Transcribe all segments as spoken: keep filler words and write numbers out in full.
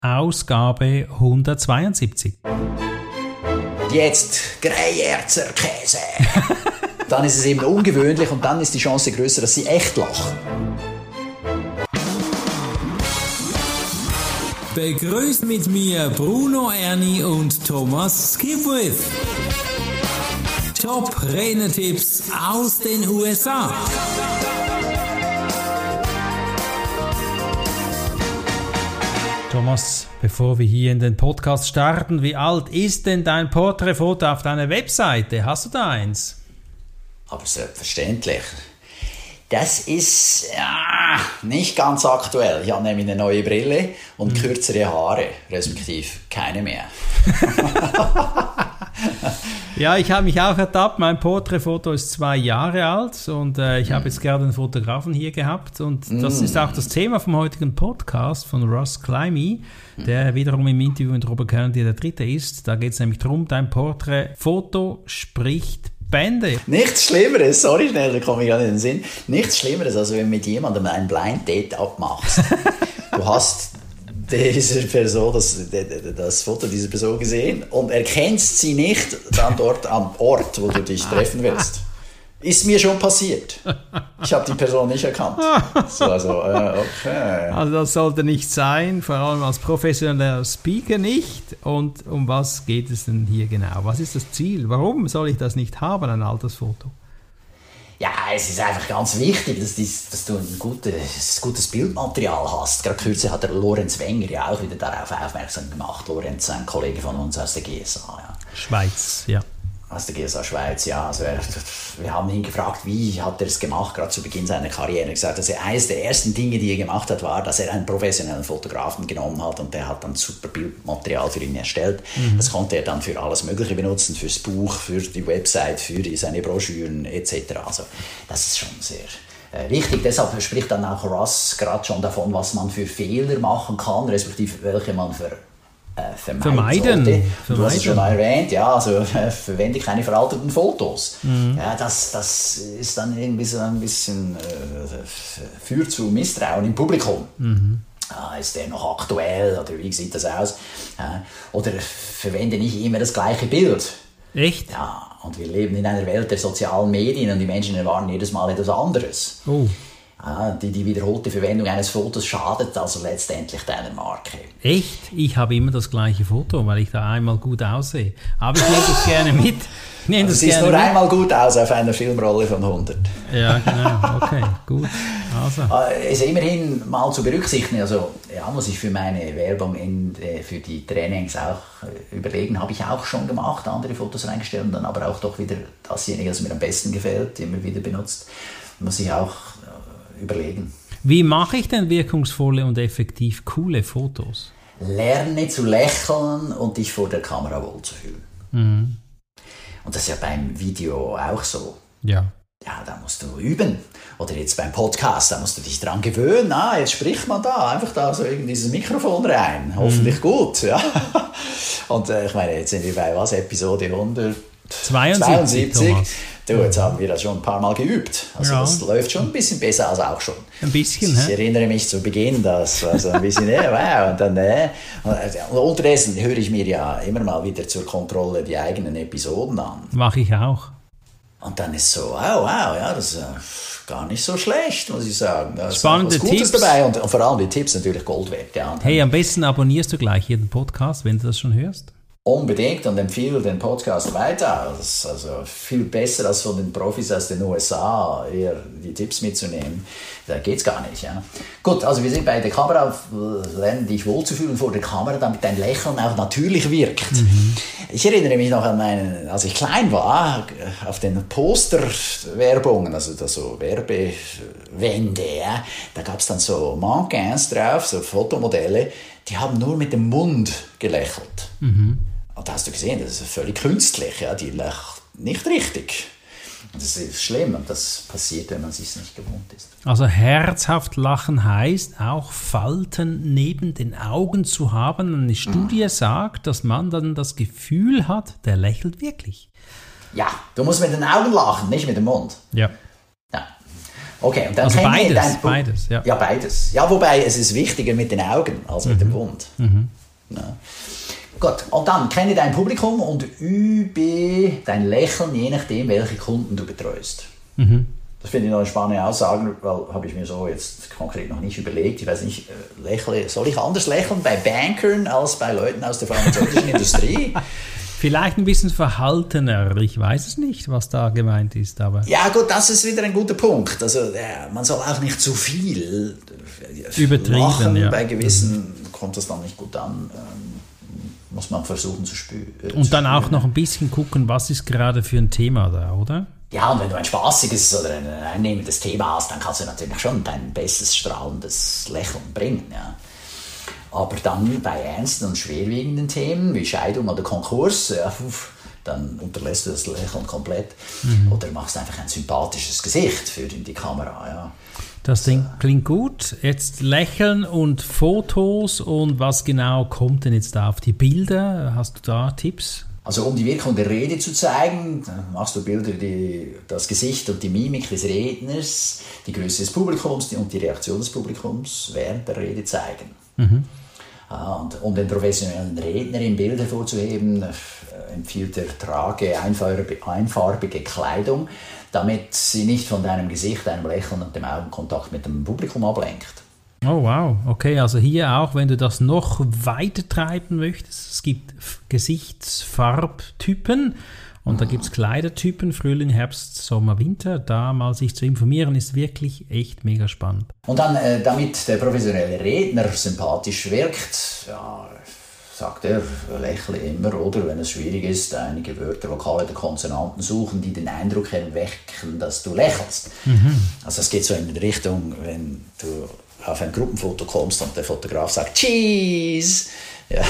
Ausgabe hundertzweiundsiebzig. Jetzt Greyerzer Käse. Dann ist es eben ungewöhnlich und dann ist die Chance größer, dass sie echt lachen. Begrüßt mit mir Bruno Erni und Thomas Skipwith. Top-Renner-Tipps aus den U S A. Thomas, bevor wir hier in den Podcast starten, wie alt ist denn dein Porträtfoto auf deiner Webseite? Hast du da eins? Aber selbstverständlich. Das ist ja, nicht ganz aktuell. Ich habe nämlich eine neue Brille und hm. kürzere Haare, respektive keine mehr. Ja, ich habe mich auch ertappt. Mein Porträtfoto ist zwei Jahre alt und äh, ich mm. habe jetzt gerade einen Fotografen hier gehabt. Und das mm. ist auch das Thema vom heutigen Podcast von Ross Climby, mm. der wiederum im Interview mit Robert Kennedy der Dritte ist. Da geht es nämlich darum, dein Porträtfoto spricht Bände. Nichts Schlimmeres, sorry schnell, da komme ich gerade in den Sinn. Nichts Schlimmeres, als wenn du mit jemandem ein Blind Date abmachst. Du hast diese Person, das, das Foto dieser Person gesehen und erkennst sie nicht dann dort am Ort, wo du dich treffen willst. Ist mir schon passiert. Ich habe die Person nicht erkannt. So, also, äh, okay. Also das sollte nicht sein, vor allem als professioneller Speaker nicht. Und um was geht es denn hier genau? Was ist das Ziel? Warum soll ich das nicht haben, ein altes Foto? Ja, es ist einfach ganz wichtig, dass, dies, dass du ein gutes, ein gutes Bildmaterial hast. Gerade kürzlich hat der Lorenz Wenger ja auch wieder darauf aufmerksam gemacht. Lorenz, ein Kollege von uns aus der G S A. Ja. Schweiz, ja. Aus der G S A Schweiz, ja. Also er, wir haben ihn gefragt, wie hat er es gemacht, gerade zu Beginn seiner Karriere. Er hat gesagt, dass er eines der ersten Dinge, die er gemacht hat, war, dass er einen professionellen Fotografen genommen hat und der hat dann super Bildmaterial für ihn erstellt. Mhm. Das konnte er dann für alles Mögliche benutzen, fürs Buch, für die Website, für die, seine Broschüren et cetera. Also das ist schon sehr äh, wichtig. Deshalb spricht dann auch Ross gerade schon davon, was man für Fehler machen kann, respektive welche man für Äh, vermeiden. Sollte. Du vermeiden. hast es schon erwähnt, ja, also äh, verwende keine veralteten Fotos. Mhm. Ja, das, das ist dann irgendwie so ein bisschen äh, führt zu Misstrauen im Publikum. Mhm. Ah, ist der noch aktuell oder wie sieht das aus? Ja, oder verwende nicht immer das gleiche Bild. Echt? Ja, und wir leben in einer Welt der sozialen Medien und die Menschen erwarten jedes Mal etwas anderes. Oh. Ah, die, die wiederholte Verwendung eines Fotos schadet also letztendlich deiner Marke. Echt? Ich habe immer das gleiche Foto, weil ich da einmal gut aussehe. Aber ich nehme das gerne mit. Ich nehme das das sieht gerne nur mit. einmal gut aus auf einer Filmrolle von hundert. Ja, genau. Okay, gut. Also. Es ist immerhin mal zu berücksichtigen, also ja, muss ich für meine Werbung in, für die Trainings auch überlegen, habe ich auch schon gemacht, andere Fotos reingestellt und dann aber auch doch wieder dasjenige, das mir am besten gefällt, immer wieder benutzt, muss ich auch überlegen. Wie mache ich denn wirkungsvolle und effektiv coole Fotos? Lerne zu lächeln und dich vor der Kamera wohlzufühlen. Mhm. Und das ist ja beim Video auch so. Ja. Ja, da musst du üben. Oder jetzt beim Podcast, da musst du dich dran gewöhnen. Ah, jetzt spricht man da, einfach da so in dieses Mikrofon rein. Hoffentlich mhm. gut, ja. Und äh, ich meine, jetzt sind wir bei was? Episode hundertzweiundsiebzig. Du, jetzt haben wir das schon ein paar Mal geübt. Also ja. Das läuft schon ein bisschen besser als auch schon. Ein bisschen, Ich hä? erinnere mich zu Beginn, das war so ein bisschen, äh, wow, und dann, äh, und unterdessen höre ich mir ja immer mal wieder zur Kontrolle die eigenen Episoden an. Mache ich auch. Und dann ist so, wow, wow, ja, das ist äh, gar nicht so schlecht, muss ich sagen. Da ist Spannende was Gutes Tipps dabei und, und vor allem die Tipps natürlich Gold wert. Ja. Hey, am besten abonnierst du gleich jeden Podcast, wenn du das schon hörst. Unbedingt und empfehle den Podcast weiter. Das ist also viel besser als von den Profis aus den U S A, eher die Tipps mitzunehmen. Da geht's gar nicht. Ja. Gut, also wir sind bei der Kamera, lernen dich wohlzufühlen vor der Kamera, damit dein Lächeln auch natürlich wirkt. Mhm. Ich erinnere mich noch an meinen, als ich klein war, auf den Posterwerbungen, also da so Werbewände, ja, da gab's dann so Mannequins drauf, so Fotomodelle, die haben nur mit dem Mund gelächelt. Mhm. Und da hast du gesehen, das ist völlig künstlich, ja, die lacht nicht richtig. Und das ist schlimm und das passiert, wenn man es sich nicht gewohnt ist. Also herzhaft lachen heißt auch Falten neben den Augen zu haben. Eine Studie mhm. sagt, dass man dann das Gefühl hat, der lächelt wirklich. Ja, du musst mit den Augen lachen, nicht mit dem Mund. Ja. Ja. Okay, und dann also kenne beides, dein, beides, ja. Ja, beides. Ja, wobei es ist wichtiger mit den Augen als mit mhm. dem Mund. Mhm. Ja. Gut, und dann kenne dein Publikum und übe dein Lächeln, je nachdem, welche Kunden du betreust. Mhm. Das finde ich noch eine spannende Aussage, weil habe ich mir so jetzt konkret noch nicht überlegt. Ich weiß nicht, lächle, soll ich anders lächeln bei Bankern als bei Leuten aus der pharmazeutischen Industrie? Vielleicht ein bisschen verhaltener, ich weiß es nicht, was da gemeint ist. Aber ja gut, das ist wieder ein guter Punkt. Also ja, man soll auch nicht zu viel übertrieben lachen. Ja. Bei gewissen mhm. kommt das dann nicht gut an. Muss man versuchen zu spüren. Äh, und zu dann spüren. auch noch ein bisschen gucken, was ist gerade für ein Thema da, oder? Ja, und wenn du ein spaßiges oder ein einnehmendes Thema hast, dann kannst du natürlich schon dein bestes strahlendes Lächeln bringen. Ja. Aber dann bei ernsten und schwerwiegenden Themen wie Scheidung oder Konkurs, ja, dann unterlässt du das Lächeln komplett mhm. oder machst einfach ein sympathisches Gesicht für die Kamera. Ja. Das Ding klingt gut. Jetzt Lächeln und Fotos und was genau kommt denn jetzt da auf die Bilder? Hast du da Tipps? Also um die Wirkung der Rede zu zeigen, machst du Bilder, die das Gesicht und die Mimik des Redners, die Größe des Publikums und die Reaktion des Publikums während der Rede zeigen. Mhm. Und um den professionellen Redner im Bild hervorzuheben, empfiehlt er, trage einfarbige Kleidung, damit sie nicht von deinem Gesicht, deinem Lächeln und dem Augenkontakt mit dem Publikum ablenkt. Oh wow, okay, also hier auch, wenn du das noch weiter treiben möchtest, es gibt Gesichtsfarbtypen und mhm. da gibt es Kleidertypen, Frühling, Herbst, Sommer, Winter, da mal sich zu informieren, ist wirklich echt mega spannend. Und dann, äh, damit der professionelle Redner sympathisch wirkt, ja, sagt er, lächle immer, oder wenn es schwierig ist, einige Wörter, Vokale oder Konsonanten suchen, die den Eindruck erwecken, dass du lächelst. Mhm. Also es geht so in die Richtung, wenn du auf ein Gruppenfoto kommst und der Fotograf sagt Cheese. Ja.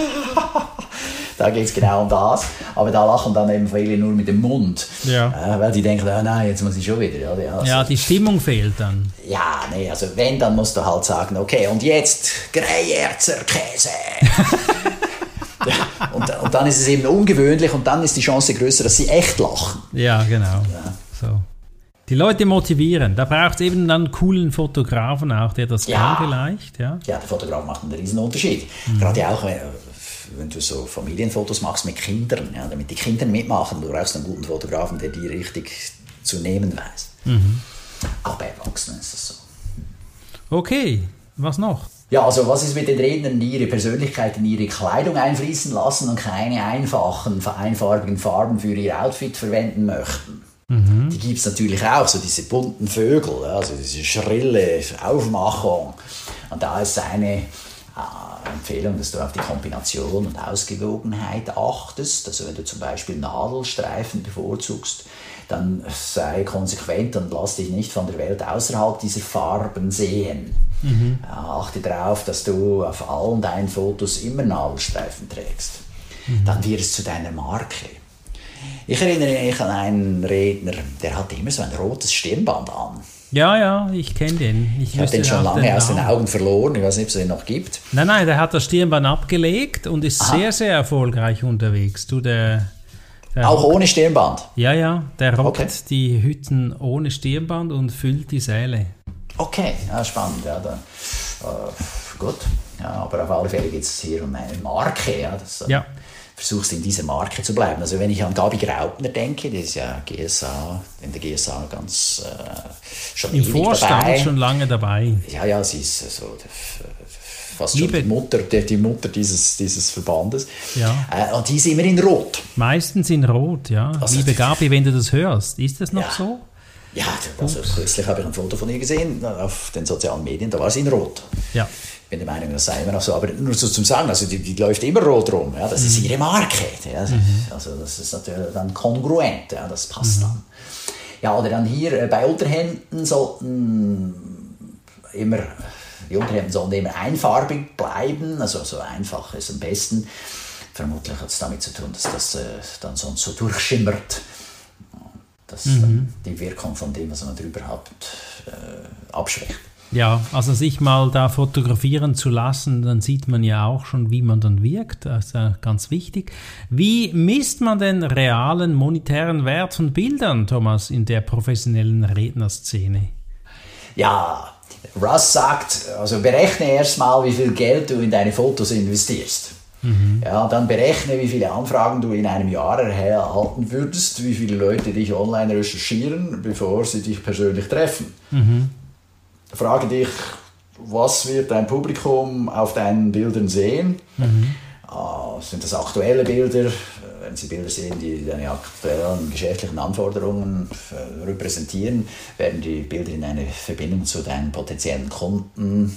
Da geht es genau um das. Aber da lachen dann eben viele nur mit dem Mund. Ja. Äh, weil die denken, oh nein, jetzt muss ich schon wieder. Ja, also, ja, die Stimmung fehlt dann. Ja, nee, also wenn, dann musst du halt sagen, okay, und jetzt Greyerzer Käse. Ja, und, und dann ist es eben ungewöhnlich und dann ist die Chance größer, dass sie echt lachen. Ja, genau. Ja. So. Die Leute motivieren. Da braucht es eben dann einen coolen Fotografen auch, der das ja. kann vielleicht. Ja. ja, der Fotograf macht einen riesen Unterschied. Mhm. Gerade auch, wenn, wenn du so Familienfotos machst mit Kindern, ja, damit die Kinder mitmachen, du brauchst einen guten Fotografen, der die richtig zu nehmen weiß. Mhm. Auch bei Erwachsenen ist das so. Okay, was noch? Ja, also was ist mit den Rednern, die ihre Persönlichkeit in ihre Kleidung einfließen lassen und keine einfachen, einfarbigen Farben für ihr Outfit verwenden möchten? Mhm. Die gibt es natürlich auch, so diese bunten Vögel, also diese schrille Aufmachung. Und da ist eine äh, Empfehlung, dass du auf die Kombination und Ausgewogenheit achtest. Also wenn du zum Beispiel Nadelstreifen bevorzugst, dann sei konsequent und lass dich nicht von der Welt außerhalb dieser Farben sehen. Mhm. Äh, achte darauf, dass du auf allen deinen Fotos immer Nadelstreifen trägst. Mhm. Dann wird es zu deiner Marke. Ich erinnere mich an einen Redner, der hatte immer so ein rotes Stirnband an. Ja, ja, ich kenne den. Ich, ich habe den schon lange den aus den Augen verloren. Ich weiß nicht, ob es den noch gibt. Nein, nein, der hat das Stirnband abgelegt und ist Aha. sehr, sehr erfolgreich unterwegs. Du, der, der Auch rockt, ohne Stirnband? Ja, ja, der rockt okay. die Hütten ohne Stirnband und füllt die Säle. Okay, ja, spannend. Ja, dann, äh, gut, ja, aber auf alle Fälle geht es hier um eine Marke. Ja, das, ja. Versuchst in dieser Marke zu bleiben. Also wenn ich an Gabi Graupner denke, die ist ja G S A, in der G S A ganz äh, schon im Vorstand dabei. schon lange dabei. Ja, ja, sie ist so fast Liebe. schon die Mutter, die, die Mutter dieses, dieses Verbandes. Ja. Äh, und die ist immer in Rot. Meistens in Rot, ja. Also, liebe Gabi, wenn du das hörst, ist das noch ja. so? Ja, also kürzlich habe ich ein Foto von ihr gesehen auf den sozialen Medien, da war sie in Rot. Ja. Ich bin der Meinung, das sei immer noch so, aber nur so zum Sagen, also die, die läuft immer rot rum, ja, das mhm. ist ihre Marke, ja, mhm. also das ist natürlich dann kongruent, ja, das passt mhm. dann. Ja, oder dann hier äh, bei Unterhemden sollten immer, die Unterhemden sollten immer einfarbig bleiben, also so einfach ist am besten. Vermutlich hat es damit zu tun, dass das äh, dann sonst so durchschimmert, dass mhm. dann die Wirkung von dem, was man drüber hat, äh, abschwächt. Ja, also sich mal da fotografieren zu lassen, dann sieht man ja auch schon, wie man dann wirkt. Das ist ja ganz wichtig. Wie misst man den realen monetären Wert von Bildern, Thomas, in der professionellen Rednerszene? Ja, Russ sagt, also berechne erstmal, wie viel Geld du in deine Fotos investierst. Mhm. Ja, dann berechne, wie viele Anfragen du in einem Jahr erhalten würdest, wie viele Leute dich online recherchieren, bevor sie dich persönlich treffen. Mhm. Frage dich, was wird dein Publikum auf deinen Bildern sehen? Mhm. Uh, sind das aktuelle Bilder? Wenn Sie Bilder sehen, die deine aktuellen geschäftlichen Anforderungen äh, repräsentieren, werden die Bilder in eine Verbindung zu deinen potenziellen Kunden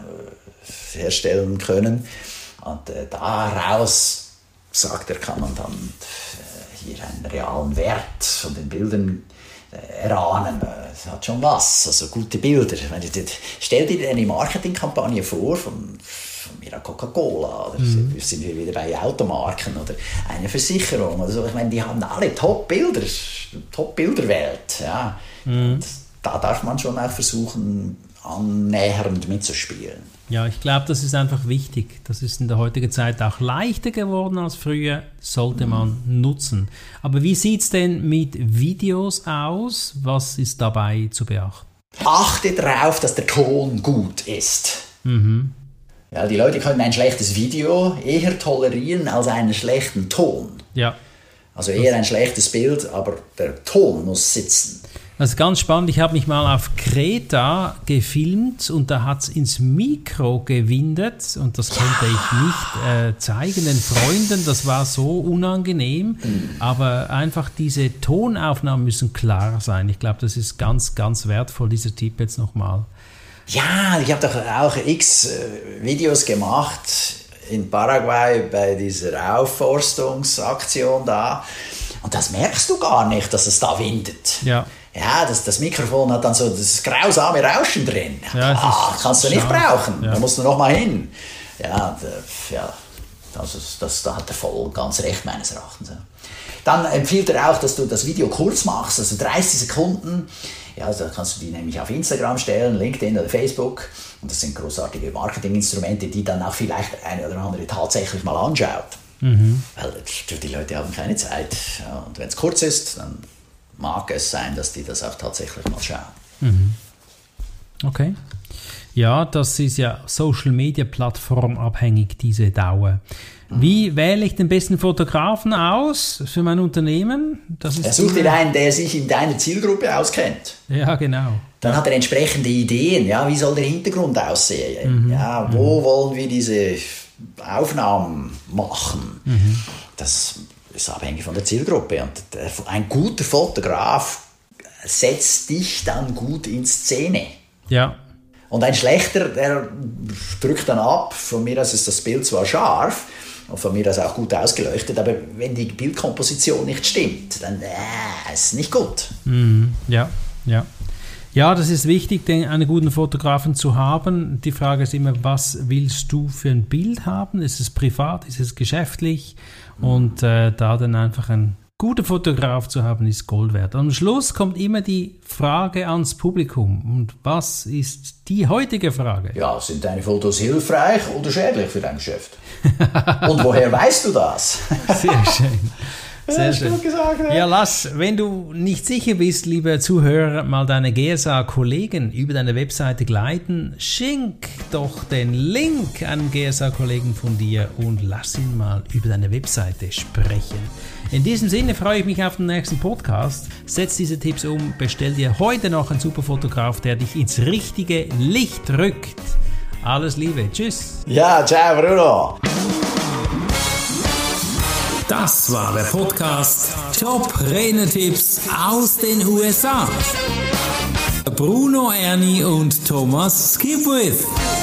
äh, herstellen können. Und äh, daraus, sagt er, kann man dann äh, hier einen realen Wert von den Bildern äh, erahnen. Es hat schon was, also gute Bilder. Wenn du, stell dir eine Marketingkampagne vor von von mir Coca-Cola, oder mhm. sind wir wieder bei Automarken oder eine Versicherung oder so. Ich meine, die haben alle Top-Bilder, Top-Bilderwelt. Ja. Mhm. Da darf man schon auch versuchen, annähernd mitzuspielen. Ja, ich glaube, das ist einfach wichtig. Das ist in der heutigen Zeit auch leichter geworden als früher, sollte man mhm. nutzen. Aber wie sieht es denn mit Videos aus? Was ist dabei zu beachten? Achte darauf, dass der Ton gut ist. Mhm. Ja, die Leute können ein schlechtes Video eher tolerieren als einen schlechten Ton. Ja. Also eher ein schlechtes Bild, aber der Ton muss sitzen. Das ist ganz spannend. Ich habe mich mal auf Kreta gefilmt und da hat es ins Mikro gewindet und das konnte ich nicht äh, zeigen den Freunden. Das war so unangenehm. Mhm. Aber einfach diese Tonaufnahmen müssen klar sein. Ich glaube, das ist ganz, ganz wertvoll, dieser Tipp jetzt nochmal. Ja, ich habe doch auch x äh, Videos gemacht in Paraguay bei dieser Aufforstungsaktion da. Und das merkst du gar nicht, dass es da windet. Ja. Ja, das, das Mikrofon hat dann so das grausame Rauschen drin. Ja, ah, kannst du nicht schade. brauchen. Ja. Da musst du noch mal hin. Ja, da, ja das, das, da hat er voll ganz recht, meines Erachtens. Dann empfiehlt er auch, dass du das Video kurz machst, also dreißig Sekunden. Ja, also da kannst du die nämlich auf Instagram stellen, LinkedIn oder Facebook. Und das sind großartige Marketinginstrumente, die dann auch vielleicht eine oder andere tatsächlich mal anschaut. Mhm. Weil die Leute haben keine Zeit. Ja, und wenn es kurz ist, dann mag es sein, dass die das auch tatsächlich mal schauen. Mhm. Okay. Ja, das ist ja Social Media Plattform abhängig, diese Dauer. Wie wähle ich den besten Fotografen aus für mein Unternehmen? Das ist er sucht dir einen, der sich in deiner Zielgruppe auskennt. Ja, genau. Dann hat er entsprechende Ideen. Ja, wie soll der Hintergrund aussehen? Mhm. Ja, wo mhm. wollen wir diese Aufnahmen machen? Mhm. Das ist abhängig von der Zielgruppe. Und ein guter Fotograf setzt dich dann gut in Szene. Ja. Und ein schlechter, der drückt dann ab. Von mir aus ist das Bild zwar scharf und von mir aus auch gut ausgeleuchtet, aber wenn die Bildkomposition nicht stimmt, dann äh, ist es nicht gut. Mhm. Ja, ja. Ja, das ist wichtig, einen guten Fotografen zu haben. Die Frage ist immer, was willst du für ein Bild haben? Ist es privat, ist es geschäftlich? Und äh, da dann einfach ein guter Fotograf zu haben, ist Gold wert. Am Schluss kommt immer die Frage ans Publikum. Und was ist die heutige Frage? Ja, sind deine Fotos hilfreich oder schädlich für dein Geschäft? Und woher weißt du das? Sehr schön. Sehr schön. Gut gesagt, ja. Ja, lass, wenn du nicht sicher bist, liebe Zuhörer, mal deine G S A-Kollegen über deine Webseite gleiten. Schenk doch den Link an G S A-Kollegen von dir und lass ihn mal über deine Webseite sprechen. In diesem Sinne freue ich mich auf den nächsten Podcast. Setz diese Tipps um, bestell dir heute noch einen super Fotograf, der dich ins richtige Licht rückt. Alles Liebe, tschüss. Ja, ciao Bruno. Das war der Podcast Top Renetipps aus den U S A. Bruno Erni und Thomas Skipwith.